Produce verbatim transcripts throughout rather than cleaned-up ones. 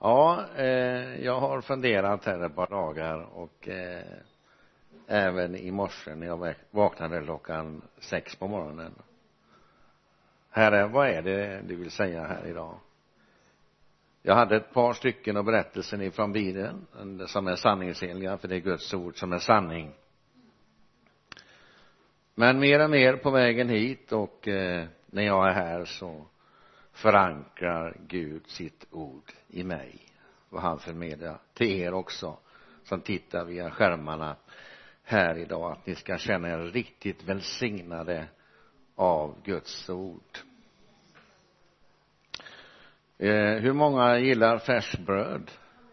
Ja, eh, jag har funderat här ett par dagar och eh, även i morse när jag vaknade klockan sex på morgonen. Herre, vad är det du vill säga här idag? Jag hade ett par stycken av berättelsen ifrån Bibeln som är sanningsenliga, för det är Guds ord som är sanning. Men mer och mer på vägen hit och eh, när jag är här så förankrar Gud sitt ord i mig. Och han förmedlar till er också som tittar via skärmarna här idag, att ni ska känna er riktigt välsignade av Guds ord. Eh, hur många gillar färsbröd?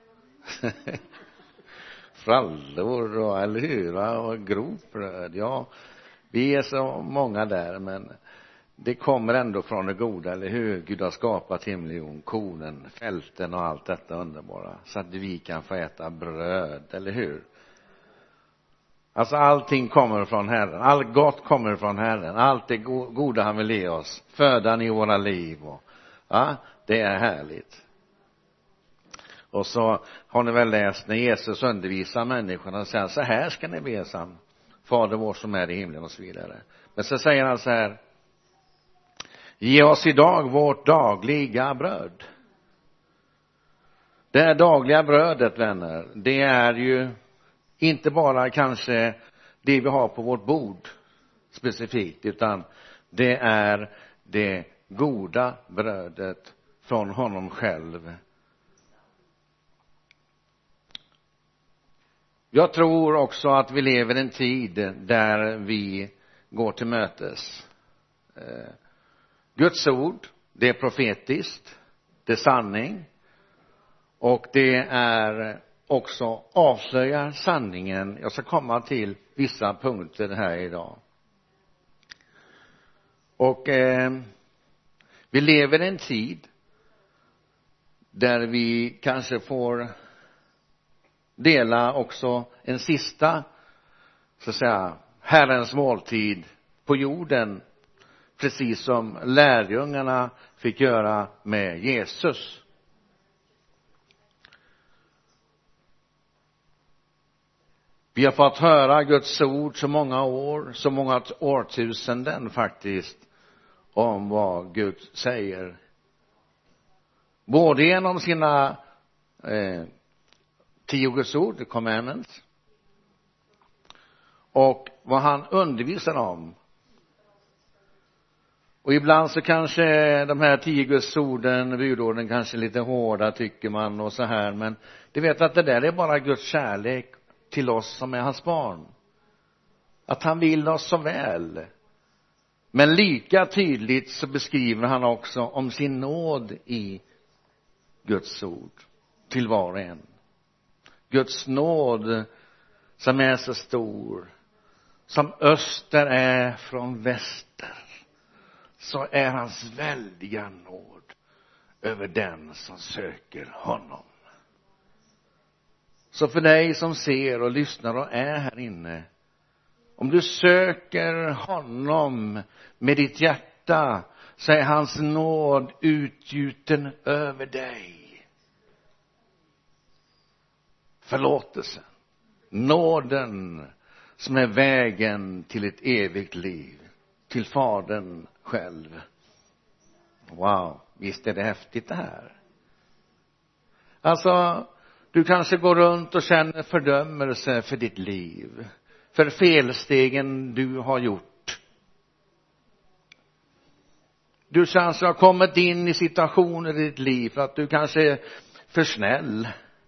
Frallor och eller hur, och grovbröd. Ja, vi är så många där, men det kommer ändå från det goda, eller hur? Gud har skapat himlen, kornen, fälten och allt detta underbara, så att vi kan få äta bröd, eller hur? Alltså allting kommer från Herren, allt gott kommer från Herren, allt det goda han vill ge oss, födan i våra liv och, ja, det är härligt. Och så har ni väl läst när Jesus undervisar människorna och säger så här ska ni be sam, Fader vår som är i himlen och så vidare. Men så säger han så här: ge oss idag vårt dagliga bröd. Det är dagliga brödet, vänner. Det är ju inte bara kanske det vi har på vårt bord specifikt, utan det är det goda brödet från honom själv. Jag tror också att vi lever i en tid där vi går till mötes. Eh, Guds ord, det är profetiskt, det är sanning, och det är också avslöjar sanningen. Jag ska komma till vissa punkter här idag. Och eh, vi lever i en tid där vi kanske får dela också en sista, så att säga, Herrens måltid på jorden, precis som lärjungarna fick göra med Jesus. Vi har fått höra Guds ord så många år, så många årtusenden faktiskt, om vad Gud säger. Både genom sina eh, tio Guds ord, commandments, och vad han undervisar om. Och ibland så kanske de här tio Guds orden, budorden, kanske lite hårda tycker man och så här, men du vet att det där är bara Guds kärlek till oss som är hans barn. Att han vill oss så väl. Men lika tydligt så beskriver han också om sin nåd i Guds ord till var och en. Guds nåd som är så stor, som öster är från väster, så är hans väldiga nåd över den som söker honom. Så för dig som ser och lyssnar och är här inne, om du söker honom med ditt hjärta, så är hans nåd utgjuten över dig. Förlåtelsen, nåden som är vägen till ett evigt liv, till Fadern själv. Wow, visst är det häftigt det här. Alltså, du kanske går runt och känner fördömelse för ditt liv, för felstegen du har gjort. Du kanske har kommit in i situationer i ditt liv för att du kanske är för snäll,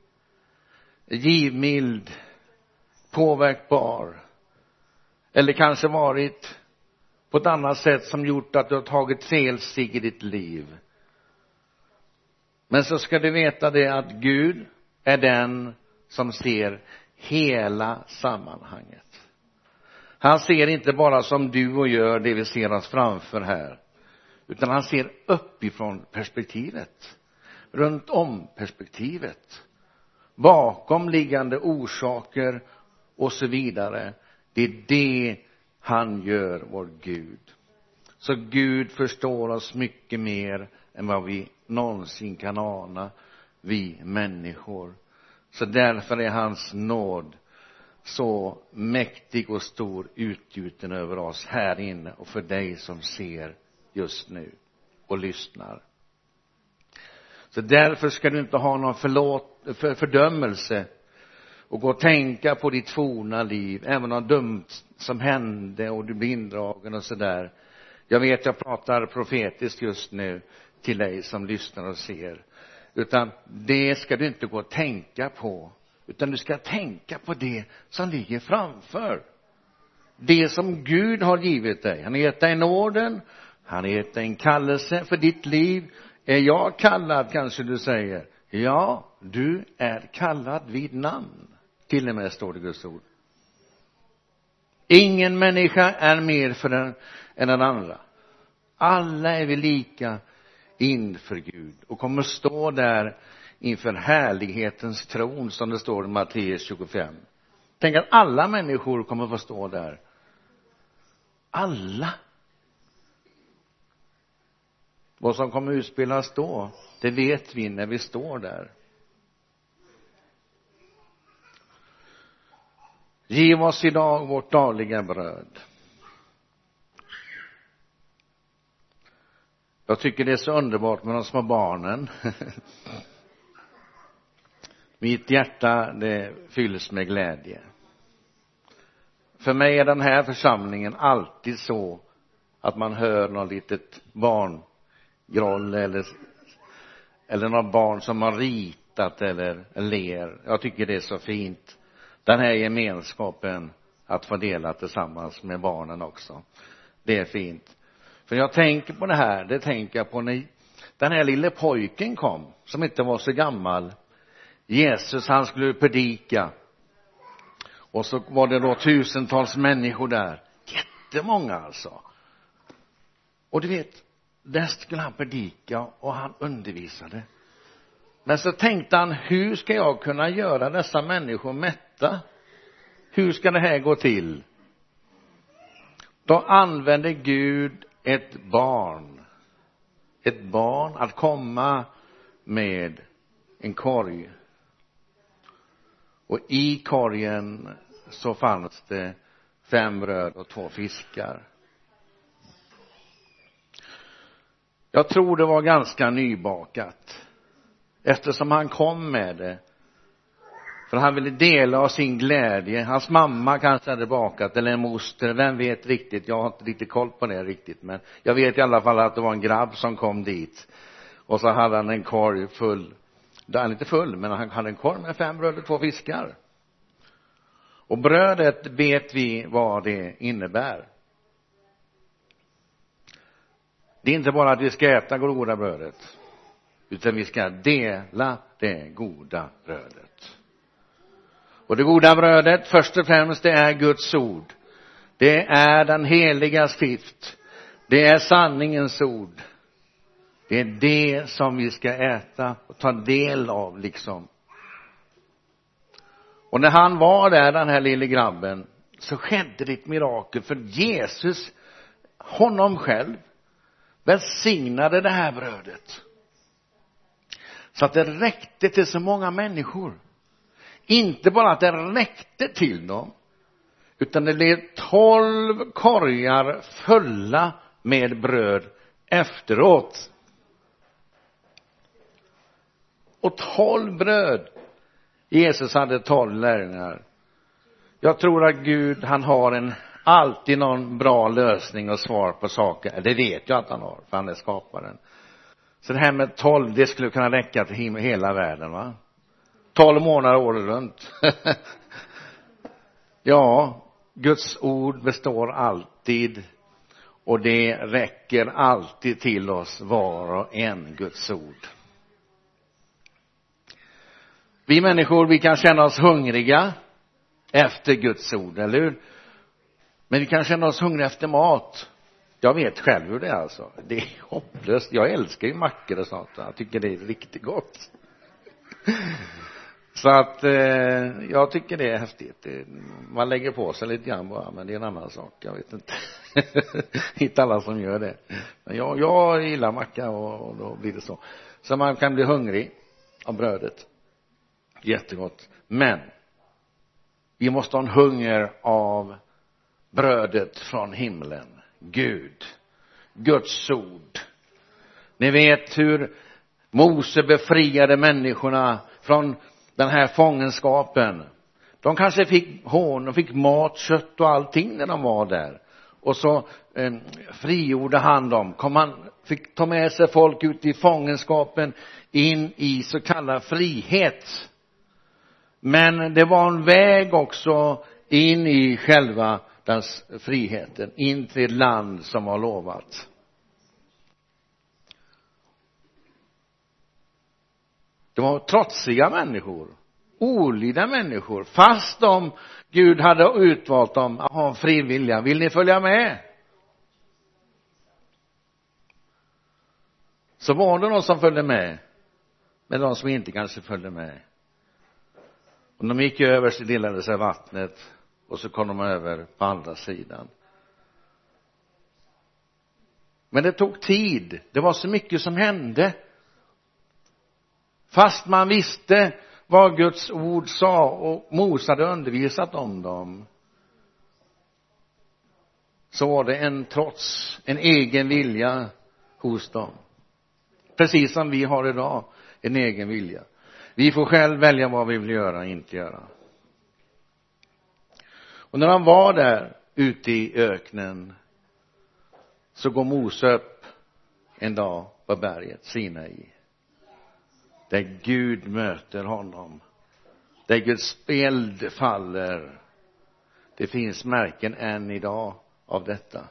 givmild, påverkbar, eller kanske varit på ett annat sätt som gjort att du har tagit felsteg i ditt liv. Men så ska du veta det att Gud är den som ser hela sammanhanget. Han ser inte bara som du och gör det vi ser oss framför här, utan han ser uppifrån perspektivet, runt om perspektivet, bakomliggande orsaker och så vidare. Det är det han gör, vår Gud. Så Gud förstår oss mycket mer än vad vi någonsin kan ana. vi människor. Så därför är hans nåd så mäktig och stor utgjuten över oss här inne och för dig som ser just nu och lyssnar. Så därför ska du inte ha någon förlåt, för, fördömelse och gå och tänka på ditt forna liv, även något dumt som hände och du blir indragen och sådär. Jag vet, jag pratar profetiskt just nu till dig som lyssnar och ser. Utan det ska du inte gå och tänka på, utan du ska tänka på det som ligger framför. Det som Gud har givit dig. Han har gett dig nåden, han har gett dig en kallelse för ditt liv. Är jag kallad, kanske du säger? Ja, du är kallad vid namn. Till och med står det Guds ord. Ingen människa är mer för den än den andra. Alla är vi lika inför Gud och kommer stå där inför härlighetens tron, som det står i Matteus tjugofem. Tänk att alla människor kommer få stå där. Alla. Vad som kommer utspelas då, det vet vi när vi står där. Giv oss idag vårt dagliga bröd. Jag tycker det är så underbart med de små barnen. Mitt hjärta, det fylls med glädje. För mig är den här församlingen alltid så att man hör något litet barngroll eller, eller något barn som har ritat eller ler. Jag tycker det är så fint. Den här gemenskapen att få dela tillsammans med barnen också. Det är fint. För jag tänker på det här, det tänker jag på när den här lille pojken kom, som inte var så gammal. Jesus, han skulle predika. Och så var det då tusentals människor där. Jättemånga alltså. Och du vet, där skulle han predika och han undervisade. Men så tänkte han, hur ska jag kunna göra dessa människor mätta? Hur ska det här gå till? Då använde Gud ett barn. Ett barn att komma med en korg. Och i korgen så fanns det fem bröd och två fiskar. Jag tror det var ganska nybakat. Eftersom han kom med det. För han ville dela av sin glädje. Hans mamma kanske hade bakat, eller en moster, vem vet riktigt. Jag har inte riktigt koll på det riktigt. Men jag vet i alla fall att det var en grabb som kom dit. Och så hade han en korg full. Han är inte full, men han hade en korg med fem bröd och två fiskar. Och brödet vet vi vad det innebär. Det är inte bara att vi ska äta goda brödet, utan vi ska dela det goda brödet. Och det goda brödet, först och främst, det är Guds ord. Det är den heliga skrift. Det är sanningens ord. Det är det som vi ska äta och ta del av liksom. Och när han var där, den här lille grabben, så skedde det ett mirakel. För Jesus, honom själv, välsignade det här brödet. Så att det räckte till så många människor. Inte bara att det räckte till dem, utan det blev tolv korgar fulla med bröd efteråt. Och tolv bröd. Jesus hade tolv lärjungar. Jag tror att Gud, han har en alltid någon bra lösning och svar på saker. Det vet jag att han har, för han är skaparen. Så det här med tolv, det skulle kunna räcka till hela världen, va? Tolv månader året runt. Ja, Guds ord består alltid. Och det räcker alltid till oss, var och en, Guds ord. Vi människor, vi kan känna oss hungriga efter Guds ord, eller hur? Men vi kan känna oss hungriga efter mat. Jag vet själv hur det är alltså. Det är hopplöst. Jag älskar ju mackor och sånt. Jag tycker det är riktigt gott. Så att eh, jag tycker det är häftigt. Man lägger på sig lite grann bara, men det är en annan sak. Jag vet inte. Inte alla som gör det. Men jag, jag gillar macka och, och då blir det så. Så man kan bli hungrig. av brödet. Jättegott. Men vi måste ha en hunger av brödet från himlen. Gud. Guds ord. Ni vet hur Mose befriade människorna från den här fångenskapen. De kanske fick hån och fick mat, kött och allting när de var där. Och så eh, frigjorde han dem. Kom han, fick ta med sig folk ut i fångenskapen in i så kallad frihet. Men det var en väg också in i själva den friheten. In till ett land som var lovat. Det var trotsiga människor. Olydiga människor. Fast de, Gud hade utvalt dem att ha en frivilliga. Vill ni följa med? Så var det någon som följde med. Men de som inte kanske följde med. Och de gick över så delade sig vattnet. Och så kom de över på andra sidan. Men det tog tid. Det var så mycket som hände. Fast man visste vad Guds ord sa och Mose hade undervisat om dem, så var det en trots, en egen vilja hos dem. Precis som vi har idag, en egen vilja. Vi får själv välja vad vi vill göra och inte göra. Och när han var där ute i öknen, så går Mose upp en dag på berget Sinai. Där Gud möter honom. Där Guds eld faller. Det finns märken än idag av detta.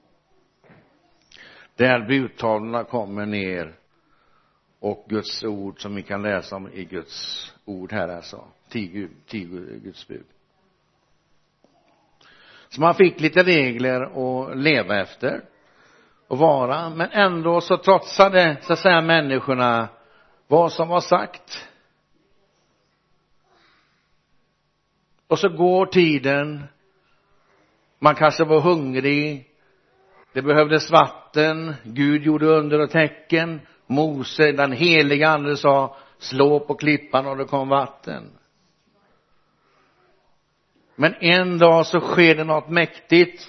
Där budtavlorna kommer ner. Och Guds ord som vi kan läsa om i Guds ord här alltså. Tio, tio Guds bud. Så man fick lite regler att leva efter. Och vara. Men ändå så trotsade så att säga människorna vad som var sagt. Och så går tiden. Man kanske var hungrig. Det behövdes vatten. Gud gjorde under och tecken. Mose, den heliga ande, sa slå på klippan och det kom vatten. Men en dag så sker det något mäktigt.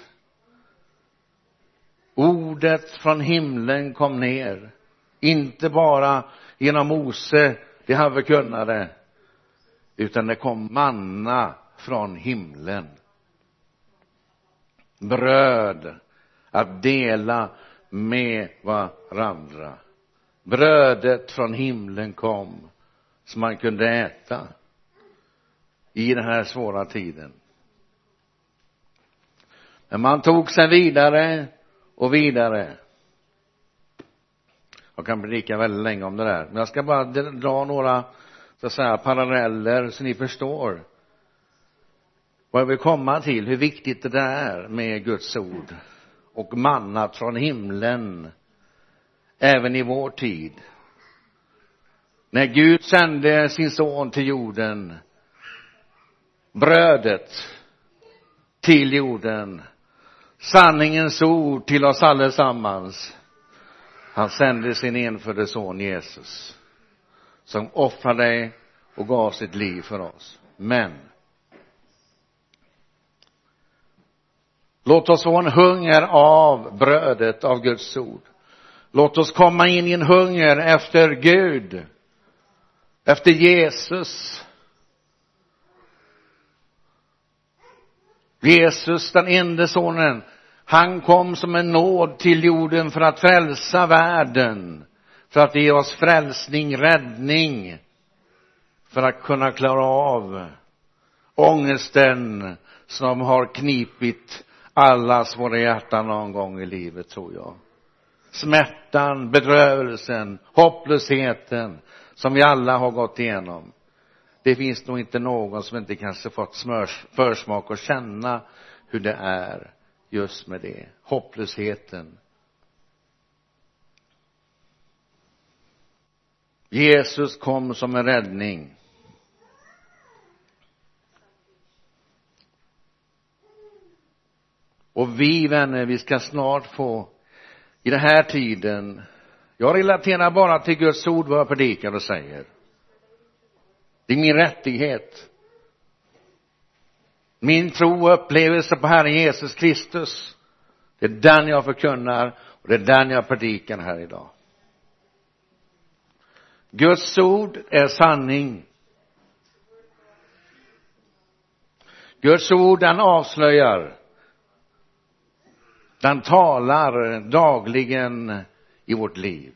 Ordet från himlen kom ner. Inte bara genom Mose, det han förkunnade, utan det kom manna från himlen. Bröd att dela med varandra. Brödet från himlen kom som man kunde äta i den här svåra tiden. Men man tog sig vidare och vidare. Jag kan predika väldigt länge om det där. Men jag ska bara dra några så att säga paralleller så ni förstår vad jag vill komma till. Hur viktigt det är med Guds ord. Och mannat från himlen. Även i vår tid. När Gud sände sin son till jorden. Brödet till jorden. Sanningens ord till oss allesammans. Han sände sin enfödde son Jesus. Som offrade och gav sitt liv för oss. Men låt oss få en hunger av brödet av Guds ord. Låt oss komma in i en hunger efter Gud. Efter Jesus. Jesus, den enda sonen. Han kom som en nåd till jorden för att frälsa världen. För att ge oss frälsning, räddning. För att kunna klara av ångesten som har knipit allas våra hjärtan någon gång i livet, tror jag. Smärtan, bedrövelsen, hopplösheten som vi alla har gått igenom. Det finns nog inte någon som inte kanske fått smörs, försmak och känna hur det är just med det. Hopplösheten. Jesus kom som en räddning. Och vi vänner, vi ska snart få i den här tiden. Jag relaterar bara till Guds ord vad jag predikar och säger. Det är min rättighet. Min tro och upplevelse på Herren Jesus Kristus. Det är den jag förkunnar och det är den jag predikar här idag. Guds ord är sanning. Guds ord, den avslöjar. Den talar dagligen i vårt liv.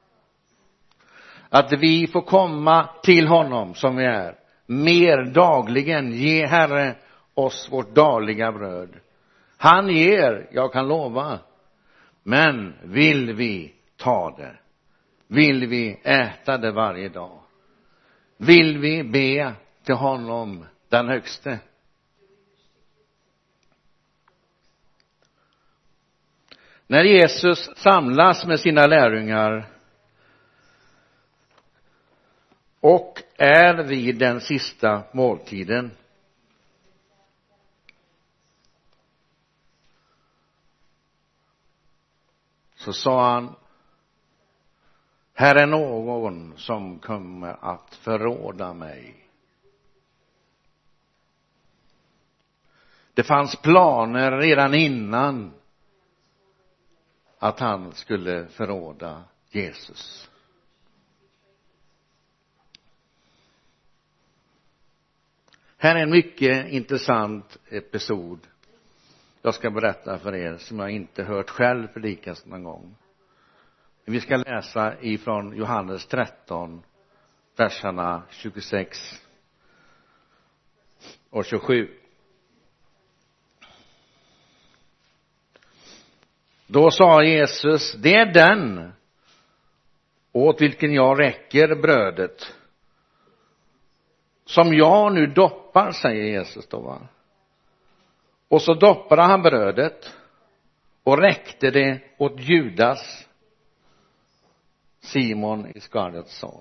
Att vi får komma till honom som vi är. Mer dagligen. Ge Herre oss vårt dagliga bröd. Han ger, jag kan lova. Men vill vi ta det? Vill vi äta det varje dag? Vill vi be till honom, den högste? När Jesus samlas med sina lärjungar och är vid den sista måltiden, så sa han: här är någon som kommer att förråda mig. Det fanns planer redan innan att han skulle förråda Jesus. Här är en mycket intressant episod jag ska berätta för er, som jag inte hört själv predikas någon gång. Vi ska läsa ifrån Johannes tretton, verserna tjugosex och tjugosju. Då sa Jesus: det är den åt vilken jag räcker brödet, som jag nu doppar, säger Jesus då, va? Och så doppade han brödet och räckte det åt Judas, Simon Iskariotts son.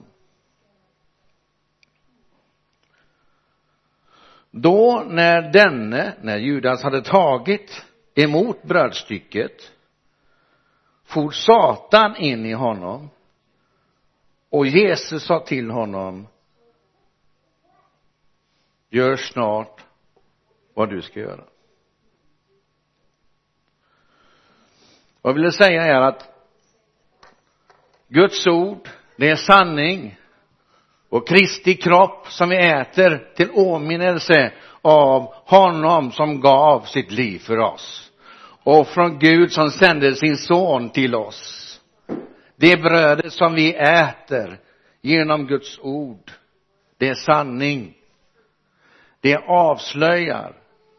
Då när denne, när Judas hade tagit emot brödstycket, for Satan in i honom, och Jesus sa till honom: gör snart vad du ska göra. Vad jag vill säga är att Guds ord, det är sanning, och Kristi kropp som vi äter till åminnelse av honom som gav sitt liv för oss, och från Gud som sände sin son till oss. Det brödet som vi äter genom Guds ord, det är sanning. Det avslöjar.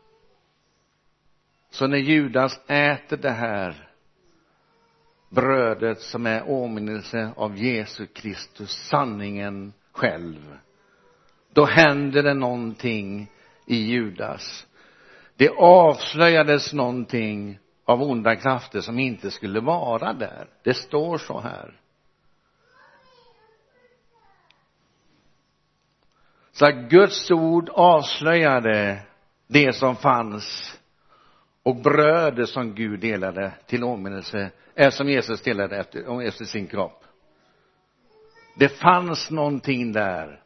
Så när Judas äter det här brödet som är åminnelse av Jesus Kristus, sanningen själv, då händer det någonting i Judas. Det avslöjades någonting av onda krafter som inte skulle vara där. Det står så här. Så att Guds ord avslöjade det som fanns, och brödet som Gud delade till åminnelse är som Jesus delade efter, efter sin kropp. Det fanns någonting där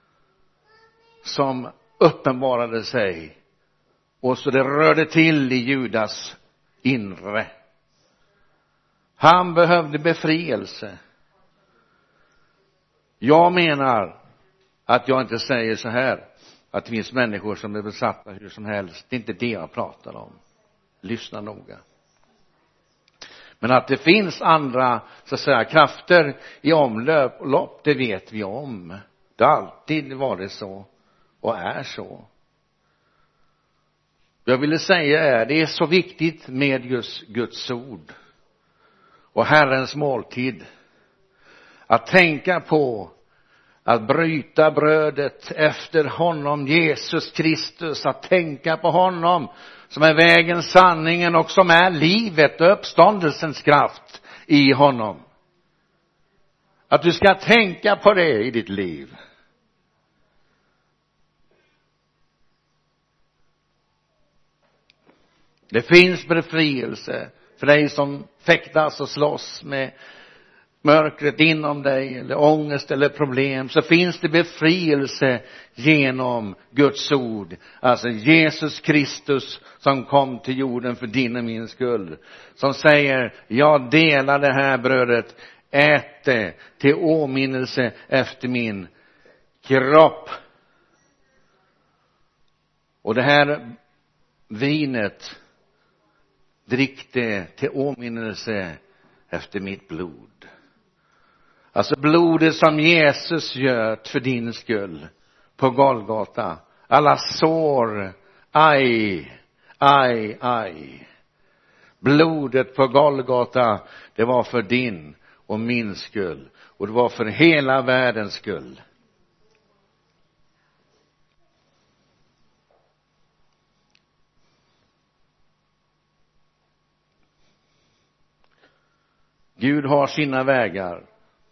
som uppenbarade sig, och så det rörde till i Judas inre. Han behövde befrielse. Jag menar att jag inte säger så här att det finns människor som är besatta hur som helst. Det är inte det jag pratar om. Lyssna noga. Men att det finns andra, så att säga, krafter i omlopp, lopp, det vet vi om. Det har alltid varit så och är så. Jag ville säga är, det är så viktigt med just Guds ord och Herrens måltid. Att tänka på att bryta brödet efter honom, Jesus Kristus. Att tänka på honom som är vägen, sanningen och som är livet och uppståndelsens kraft i honom. Att du ska tänka på det i ditt liv. Det finns befrielse för dig som fäktas och slåss med mörkret inom dig eller ångest eller problem, så finns det befrielse genom Guds ord. Alltså Jesus Kristus som kom till jorden för din och min skull. Som säger, jag delar det här brödet, ät det till åminnelse efter min kropp. Och det här vinet, drick det till åminnelse efter mitt blod. Alltså blodet som Jesus gör för din skull på Golgata. Alla sår, aj, aj, aj. Blodet på Golgata, det var för din och min skull. Och det var för hela världens skull. Gud har sina vägar.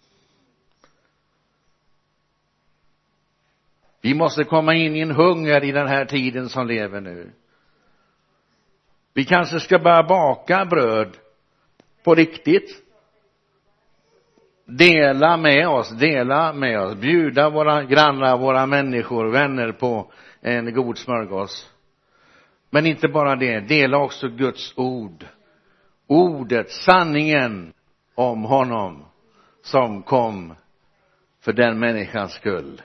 Vi måste komma in i en hunger i den här tiden som lever nu. Vi kanske ska börja baka bröd på riktigt. Dela med oss, dela med oss. Bjuda våra grannar, våra människor, vänner på en god smörgås. Men inte bara det, dela också Guds ord. Ordet, sanningen om honom som kom för den människans skull.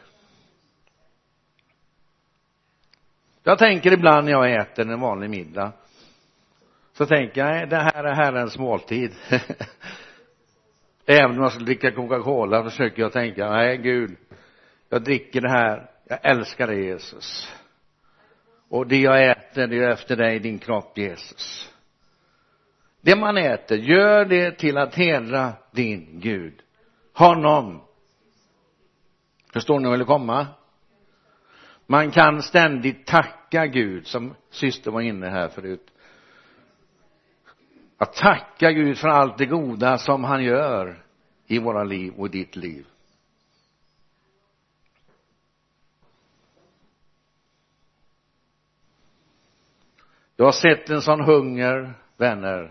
Jag tänker ibland när jag äter en vanlig middag, så tänker jag, det här är Herrens måltid. Även om jag ska dricka Coca-Cola försöker jag tänka, nej Gud, jag dricker det här, jag älskar dig Jesus. Och det jag äter, det är efter dig, din kropp Jesus. Det man äter, gör det till att hedra din Gud. Honom. Förstår ni vad jag vill komma? Man kan ständigt tacka Gud, som syster var inne här förut. Att tacka Gud för allt det goda som han gör i våra liv och i ditt liv. Jag har sett en sån hunger, vänner,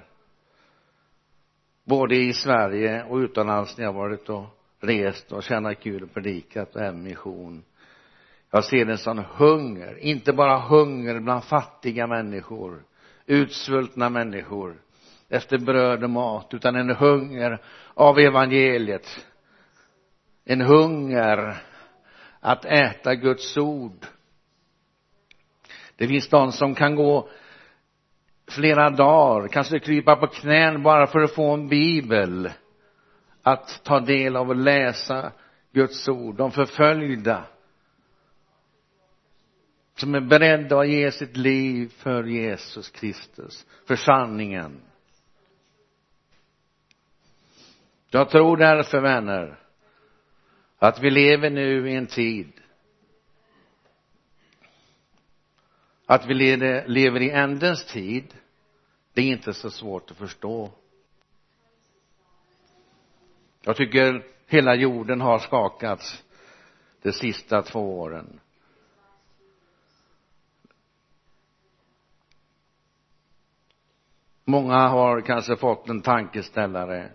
både i Sverige och utomlands när jag varit och rest och tjänat Gud och predikat och även mission. Jag ser en sån hunger, inte bara hunger bland fattiga människor, utsvultna människor efter bröd och mat, utan en hunger av evangeliet. En hunger att äta Guds ord. Det finns de som kan gå flera dagar, kanske krypa på knän bara för att få en bibel. Att ta del av och läsa Guds ord. De förföljda som är beredda att ge sitt liv för Jesus Kristus, för sanningen. Jag tror därför, vänner, att vi lever nu i en tid, att vi lever i ändens tid. Det är inte så svårt att förstå. Jag tycker hela jorden har skakats de sista två åren. Många har kanske fått en tankeställare.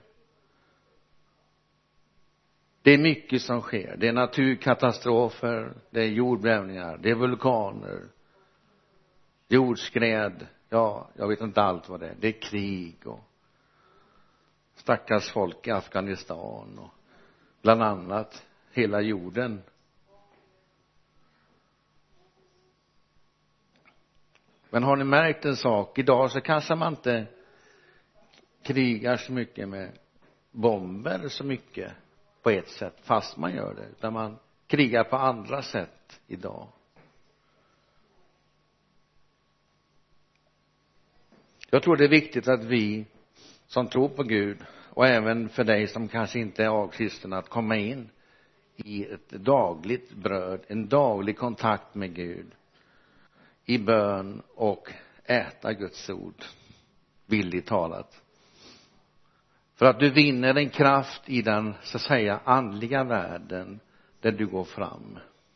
Det är mycket som sker. Det är naturkatastrofer, det är jordbävningar, det är vulkaner, jordskred. Ja, jag vet inte allt vad det är. Det är krig och stackars folk i Afghanistan och bland annat hela jorden. Men har ni märkt en sak? Idag så kanske man inte krigar så mycket med bomber så mycket på ett sätt, fast man gör det. Utan man krigar på andra sätt idag. Jag tror det är viktigt att vi som tror på Gud, och även för dig som kanske inte är avkristen, att komma in i ett dagligt bröd, en daglig kontakt med Gud, i bön och äta Guds ord, bildligt talat. För att du vinner en kraft i den, så att säga, andliga världen där du går fram.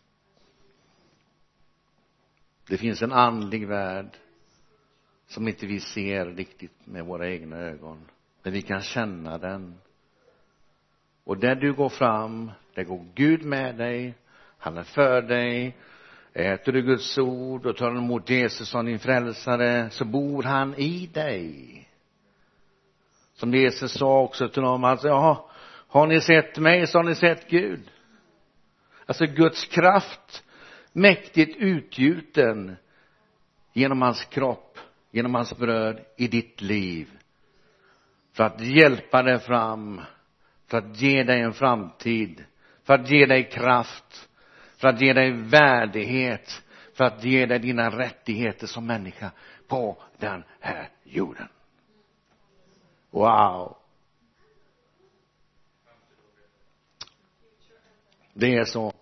Det finns en andlig värld som inte vi ser riktigt med våra egna ögon. Men vi kan känna den. Och där du går fram, där går Gud med dig. Han är för dig. Äter du Guds ord och tar emot Jesus som din frälsare, så bor han i dig. Som Jesus sa också till dem, alltså, ja, har ni sett mig så har ni sett Gud. Alltså Guds kraft, mäktigt utgjuten genom hans kropp, genom hans bröd i ditt liv. För att hjälpa dig fram, för att ge dig en framtid, för att ge dig kraft, för att ge dig värdighet, för att ge dig dina rättigheter som människa på den här jorden. Wow. Det är så.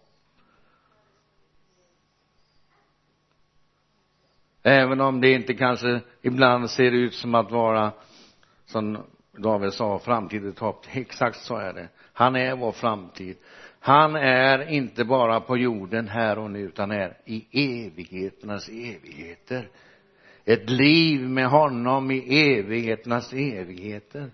Även om det inte kanske ibland ser ut som att vara, som David sa, framtiden topp. Exakt så är det. Han är vår framtid. Han är inte bara på jorden här och nu, utan är i evigheternas evigheter. Ett liv med honom i evigheternas evigheter.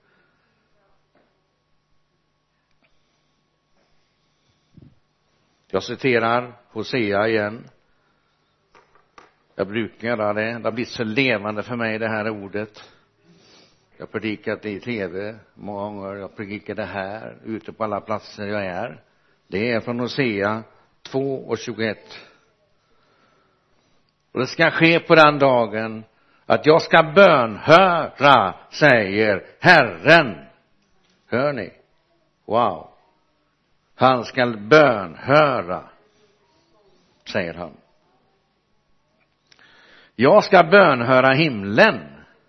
Jag citerar Hosea igen. Jag brukar göra det. Det har blivit så levande för mig, det här ordet. Jag har predikat det i tv många gånger. Jag predikar det här ute på alla platser jag är. Det är från Hosea två och tjugoett. Och det ska ske på den dagen att jag ska bönhöra, säger Herren. Hör ni? Wow. Han ska bönhöra, säger han. Jag ska bönhöra himlen,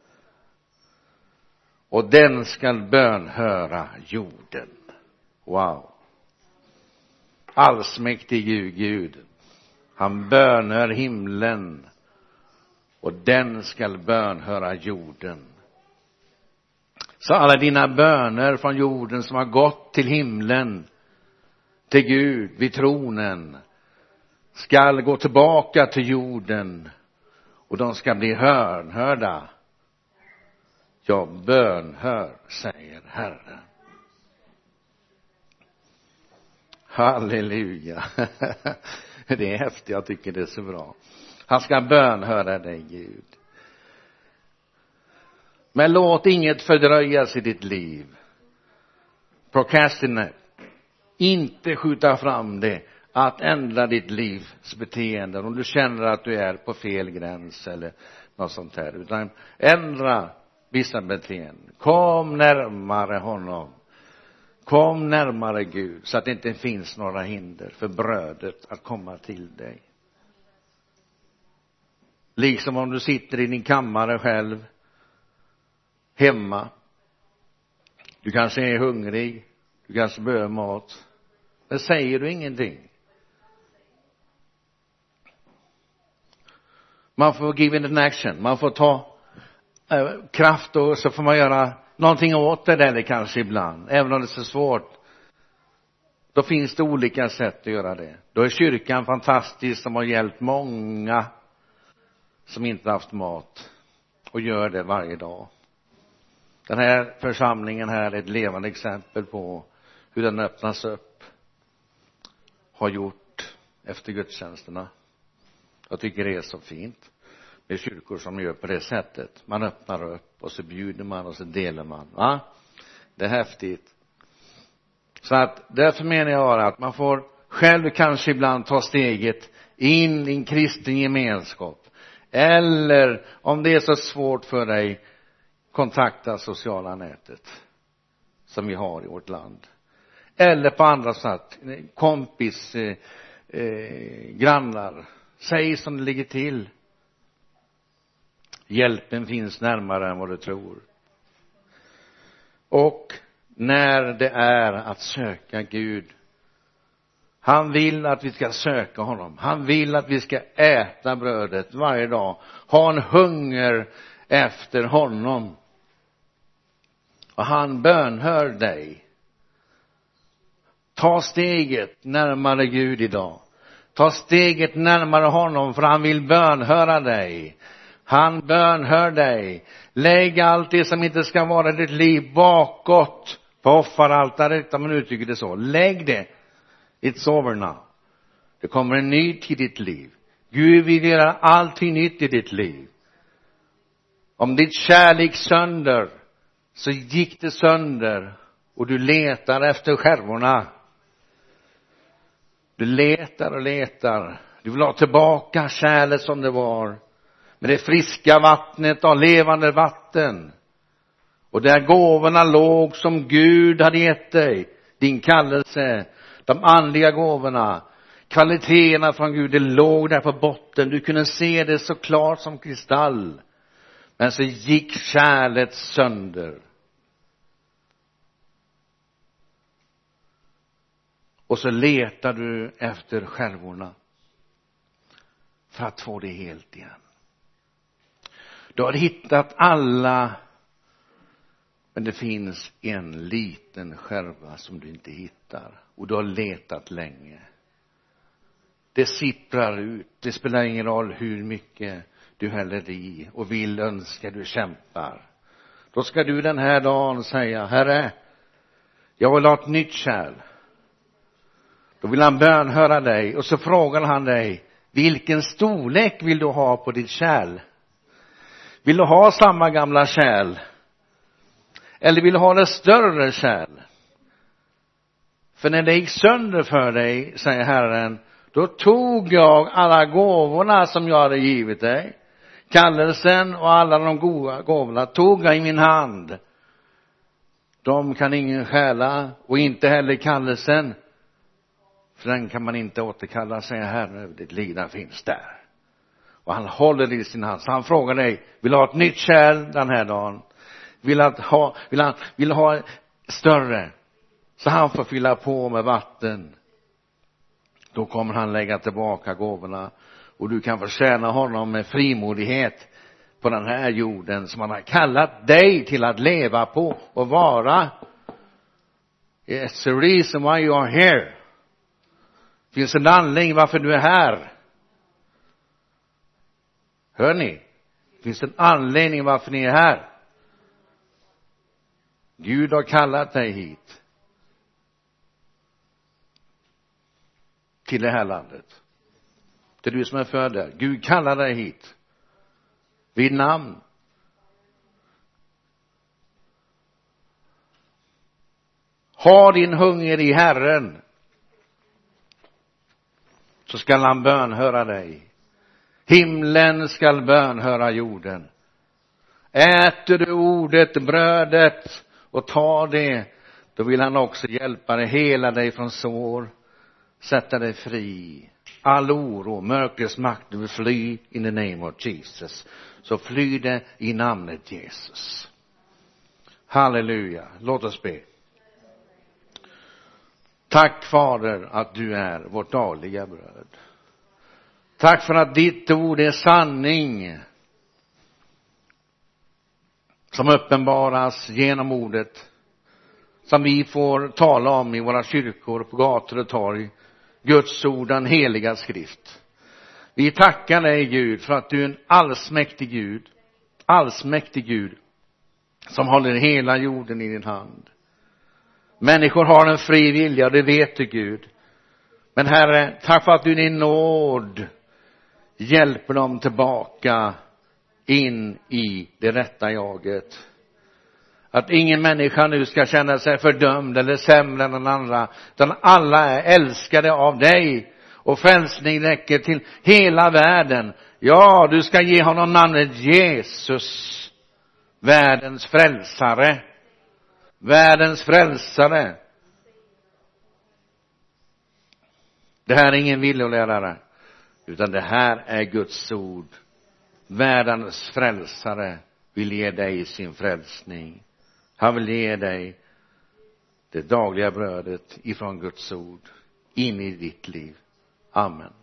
och den ska bönhöra jorden. Wow. Allsmäktig Gud. Han bönhör himlen, och den ska bönhöra jorden. Så alla dina böner från jorden som har gått till himlen, till Gud vid tronen, ska gå tillbaka till jorden, och de ska bli hörnhörda. Jag bönhör, säger Herren. Halleluja. Det är häftigt, jag tycker det är så bra. Han ska bönhöra dig, Gud. Men låt inget fördröjas i ditt liv. Procrastinate. Inte skjuta fram det. Att ändra ditt livs beteende. Om du känner att du är på fel gräns eller något sånt här. Utan ändra vissa beteenden. Kom närmare honom. Kom närmare Gud, så att det inte finns några hinder för brödet att komma till dig. Liksom om du sitter i din kammare själv, hemma. Du kanske är hungrig, du kanske behöver mat. Men säger du ingenting. Man får give it an action. Man får ta äh, kraft, och så får man göra någonting åt det där, kanske ibland. Även om det är så svårt. Då finns det olika sätt att göra det. Då är kyrkan fantastisk, som har hjälpt många som inte haft mat. Och gör det varje dag. Den här församlingen här är ett levande exempel på hur den öppnas upp. Har gjort efter gudstjänsterna. Jag tycker det är så fint. Det är kyrkor som gör på det sättet. Man öppnar upp och så bjuder man och så delar man. Va? Det är häftigt. Så att därför menar jag att man får själv kanske ibland ta steget in i en kristen gemenskap. Eller om det är så svårt för dig, kontakta sociala nätet som vi har i vårt land. Eller på andra sätt, kompis, eh, eh, grannar. Säg som det ligger till. Hjälpen finns närmare än vad du tror. Och när det är att söka Gud. Han vill att vi ska söka honom. Han vill att vi ska äta brödet varje dag. Ha en hunger efter honom. Och han bönhör dig. Ta steget närmare Gud idag. Ta steget närmare honom, för han vill bönhöra dig. Han bönhör dig. Lägg allt det som inte ska vara ditt liv bakåt på på offeraltaret, om man uttrycker det så. Lägg det. It's over now. Det kommer en ny till ditt liv. Gud vill göra allting nytt i ditt liv. Om ditt kärlek sönder, så gick det sönder. Och du letar efter skärvorna. Du letar och letar. Du vill ha tillbaka kärlek som det var. Med det friska vattnet av levande vatten. Och där gåvorna låg som Gud hade gett dig. Din kallelse. De andliga gåvorna. Kvaliteterna från Gud. Det låg där på botten. Du kunde se det så klart som kristall. Men så gick kärlet sönder. Och så letar du efter skärvorna. För att få det helt igen. Du har hittat alla. Men det finns en liten skärva som du inte hittar. Och du har letat länge. Det sipprar ut. Det spelar ingen roll hur mycket du häller i. Och vill önska du kämpar. Då ska du den här dagen säga: Herre, jag vill ha ett nytt kärl. Då vill han bönhöra dig. Och så frågar han dig: vilken storlek vill du ha på ditt kärl? Vill du ha samma gamla kärl? Eller vill du ha det större kärl? För när det gick sönder för dig, säger Herren, då tog jag alla gåvorna som jag hade givit dig. Kallelsen och alla de goda gåvorna tog jag i min hand. De kan ingen stjäla, och inte heller kallelsen. För den kan man inte återkalla, säger Herren. Ditt liv, den finns där. Och han håller i sin hand. Så han frågar dig: vill du ha ett nytt kärl den här dagen? Vill han ha, vill han, vill ha större? Så han får fylla på med vatten. Då kommer han lägga tillbaka gåvorna. Och du kan förtjäna honom med frimodighet på den här jorden som han har kallat dig till att leva på och vara. It's the reason why you are here. Finns en anledning varför du är här. Hör ni? Finns en anledning varför ni är här. Gud har kallat dig hit. Till det här landet. Det är du som är född där. Gud kallar dig hit. Vid namn. Ha din hunger i Herren. Så skall han bönhöra dig. Himlen skall bönhöra jorden. Äter du ordet, brödet och tar det, då vill han också hjälpa dig, hela dig från sår, sätta dig fri. All oro, mörkrets makt, du vill fly in the name of Jesus. Så fly det i namnet Jesus. Halleluja. Låt oss be. Tack, Fader, att du är vårt dagliga bröd. Tack för att ditt ord är sanning som uppenbaras genom ordet, som vi får tala om i våra kyrkor, på gator och torg. Guds ord, den heliga skrift. Vi tackar dig, Gud, för att du är en allsmäktig Gud. Allsmäktig Gud som håller hela jorden i din hand. Människor har en fri vilja, det vet du, Gud. Men Herre, tack för att du i din nåd hjälper dem tillbaka in i det rätta jaget. Att ingen människa nu ska känna sig fördömd eller sämre än den andra. Utan alla är älskade av dig. Och frälsning räcker till hela världen. Ja, du ska ge honom namnet Jesus. Världens frälsare. Världens frälsare. Det här är ingen villolärare. Utan det här är Guds ord. Världens frälsare vill ge dig sin frälsning. Han vill ge dig det dagliga brödet ifrån Guds ord in i ditt liv. Amen.